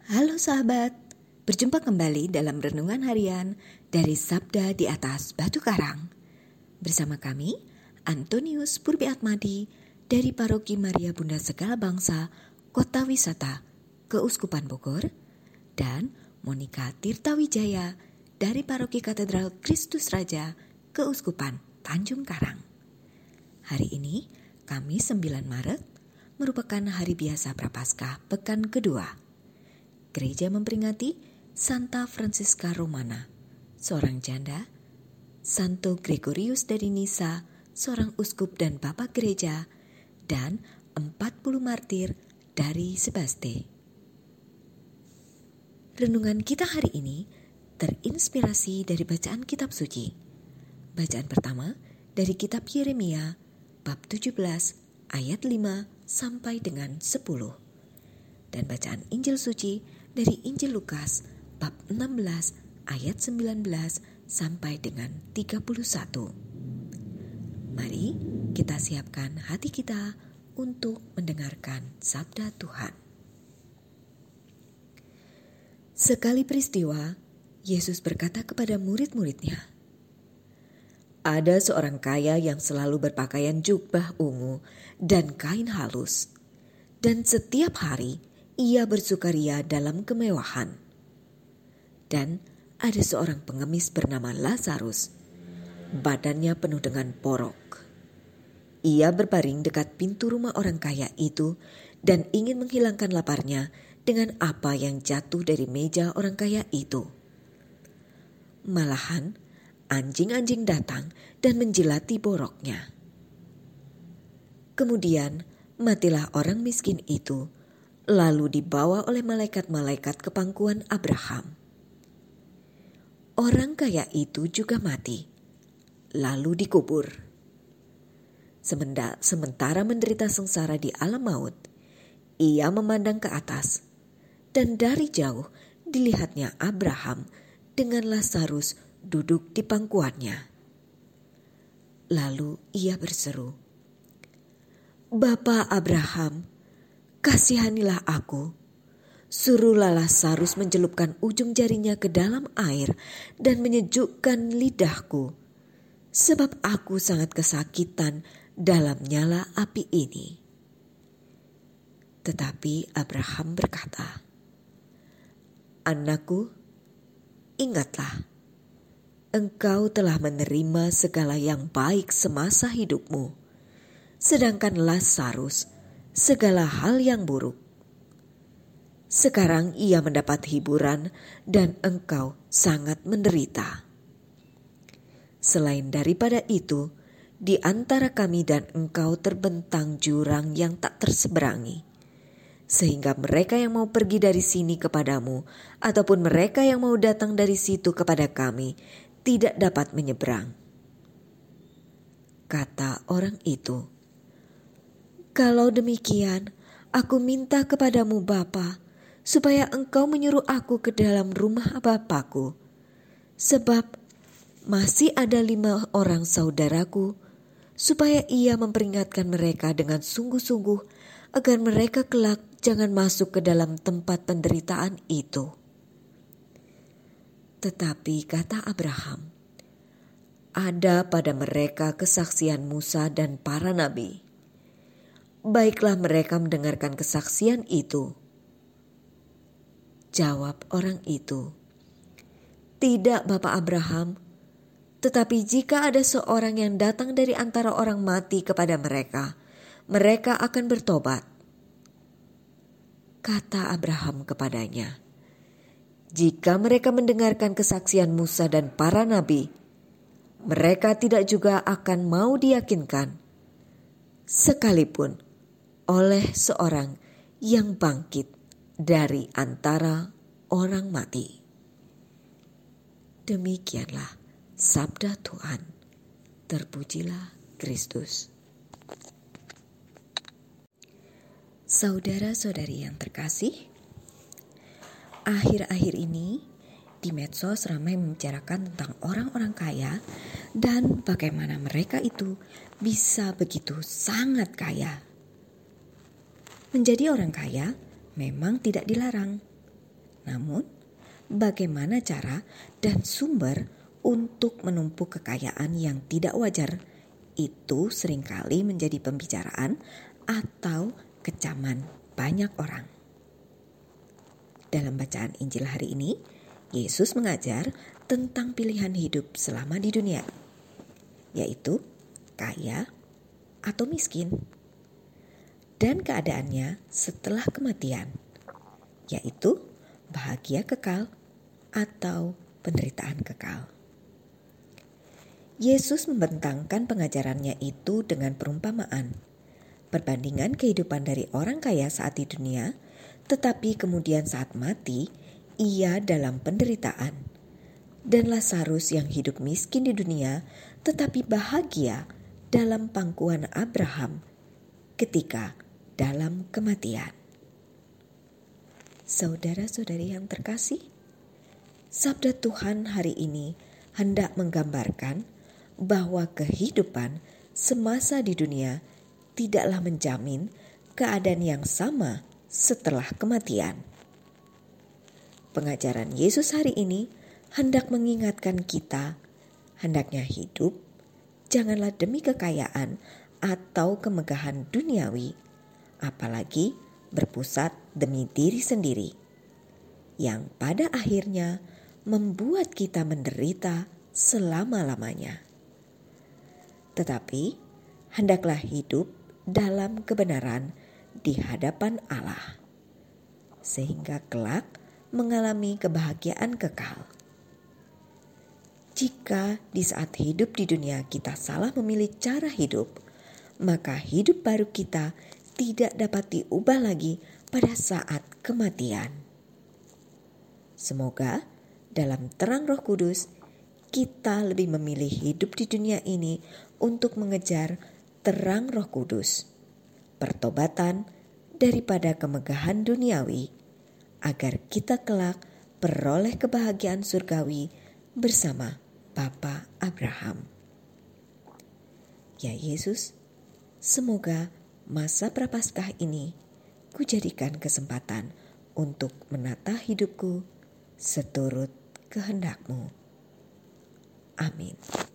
Halo sahabat, berjumpa kembali dalam renungan harian dari Sabda di atas Batu Karang. Bersama kami, Antonius Purbiatmadi dari Paroki Maria Bunda Segala Bangsa, Kota Wisata, Keuskupan Bogor, dan Monica Tirtawijaya dari Paroki Katedral Kristus Raja, Keuskupan Tanjung Karang. Hari ini, Kamis 9 Maret, merupakan hari biasa Prapaskah pekan kedua. Gereja memperingati Santa Francisca Romana, seorang janda, Santo Gregorius dari Nisa, seorang uskup dan bapak gereja, dan 40 martir dari Sebaste. Renungan kita hari ini terinspirasi dari bacaan kitab suci. Bacaan pertama dari kitab Yeremia, bab 17, ayat 5 sampai dengan 10. Dan bacaan Injil suci dari Injil Lukas bab 16 ayat 19 sampai dengan 31. Mari kita siapkan hati kita untuk mendengarkan sabda Tuhan. Sekali peristiwa, Yesus berkata kepada murid-muridnya, "Ada seorang kaya yang selalu berpakaian jubah ungu dan kain halus, dan setiap hari ia bersukaria dalam kemewahan. Dan ada seorang pengemis bernama Lazarus, badannya penuh dengan porok. Ia berbaring dekat pintu rumah orang kaya itu dan ingin menghilangkan laparnya dengan apa yang jatuh dari meja orang kaya itu. Malahan anjing-anjing datang dan menjilati boroknya. Kemudian matilah orang miskin itu, lalu dibawa oleh malaikat-malaikat ke pangkuan Abraham. Orang kaya itu juga mati, lalu dikubur. Sementara menderita sengsara di alam maut, ia memandang ke atas, dan dari jauh dilihatnya Abraham dengan Lazarus duduk di pangkuannya. Lalu ia berseru, 'Bapa Abraham, kasihanilah aku, suruhlah Lazarus mencelupkan ujung jarinya ke dalam air dan menyejukkan lidahku, sebab aku sangat kesakitan dalam nyala api ini.' Tetapi Abraham berkata, 'Anakku, ingatlah, engkau telah menerima segala yang baik semasa hidupmu, sedangkan Lazarus segala hal yang buruk. Sekarang ia mendapat hiburan dan engkau sangat menderita. Selain daripada itu, di antara kami dan engkau terbentang jurang yang tak terseberangi, sehingga mereka yang mau pergi dari sini kepadamu ataupun mereka yang mau datang dari situ kepada kami tidak dapat menyeberang.' Kata orang itu, 'Kalau demikian, aku minta kepadamu Bapa, supaya engkau menyuruh aku ke dalam rumah Bapakku. Sebab masih ada 5 orang saudaraku, supaya ia memperingatkan mereka dengan sungguh-sungguh, agar mereka kelak jangan masuk ke dalam tempat penderitaan itu.' Tetapi kata Abraham, 'Ada pada mereka kesaksian Musa dan para nabi. Baiklah mereka mendengarkan kesaksian itu.' Jawab orang itu, 'Tidak, Bapak Abraham, tetapi jika ada seorang yang datang dari antara orang mati kepada mereka, mereka akan bertobat.' Kata Abraham kepadanya, 'Jika mereka mendengarkan kesaksian Musa dan para nabi, mereka tidak juga akan mau diyakinkan, sekalipun oleh seorang yang bangkit dari antara orang mati.' Demikianlah sabda Tuhan. Terpujilah Kristus. Saudara-saudari yang terkasih, akhir-akhir ini di medsos ramai membicarakan tentang orang-orang kaya dan bagaimana mereka itu bisa begitu sangat kaya. Menjadi orang kaya memang tidak dilarang, Namun, bagaimana cara dan sumber untuk menumpuk kekayaan yang tidak wajar itu seringkali menjadi pembicaraan atau kecaman banyak orang. Dalam bacaan Injil hari ini, Yesus mengajar tentang pilihan hidup selama di dunia, yaitu kaya atau miskin, dan keadaannya setelah kematian, yaitu bahagia kekal atau penderitaan kekal. Yesus membentangkan pengajarannya itu dengan perumpamaan, perbandingan kehidupan dari orang kaya saat di dunia, tetapi kemudian saat mati, ia dalam penderitaan. Dan Lazarus yang hidup miskin di dunia, tetapi bahagia dalam pangkuan Abraham ketika dalam kematian. Saudara-saudari yang terkasih, sabda Tuhan hari ini hendak menggambarkan bahwa kehidupan semasa di dunia tidaklah menjamin keadaan yang sama setelah kematian. Pengajaran Yesus hari ini hendak mengingatkan kita, hendaknya hidup janganlah demi kekayaan atau kemegahan duniawi, apalagi berpusat demi diri sendiri, yang pada akhirnya membuat kita menderita selama-lamanya. Tetapi hendaklah hidup dalam kebenaran di hadapan Allah, sehingga kelak mengalami kebahagiaan kekal. Jika di saat hidup di dunia kita salah memilih cara hidup, maka hidup baru kita tidak dapat diubah lagi pada saat kematian. Semoga dalam terang Roh Kudus kita lebih memilih hidup di dunia ini untuk mengejar terang Roh Kudus, pertobatan daripada kemegahan duniawi, agar kita kelak peroleh kebahagiaan surgawi bersama Bapa Abraham. Ya Yesus, semoga masa Prapaskah ini kujadikan kesempatan untuk menata hidupku seturut kehendak-Mu. Amin.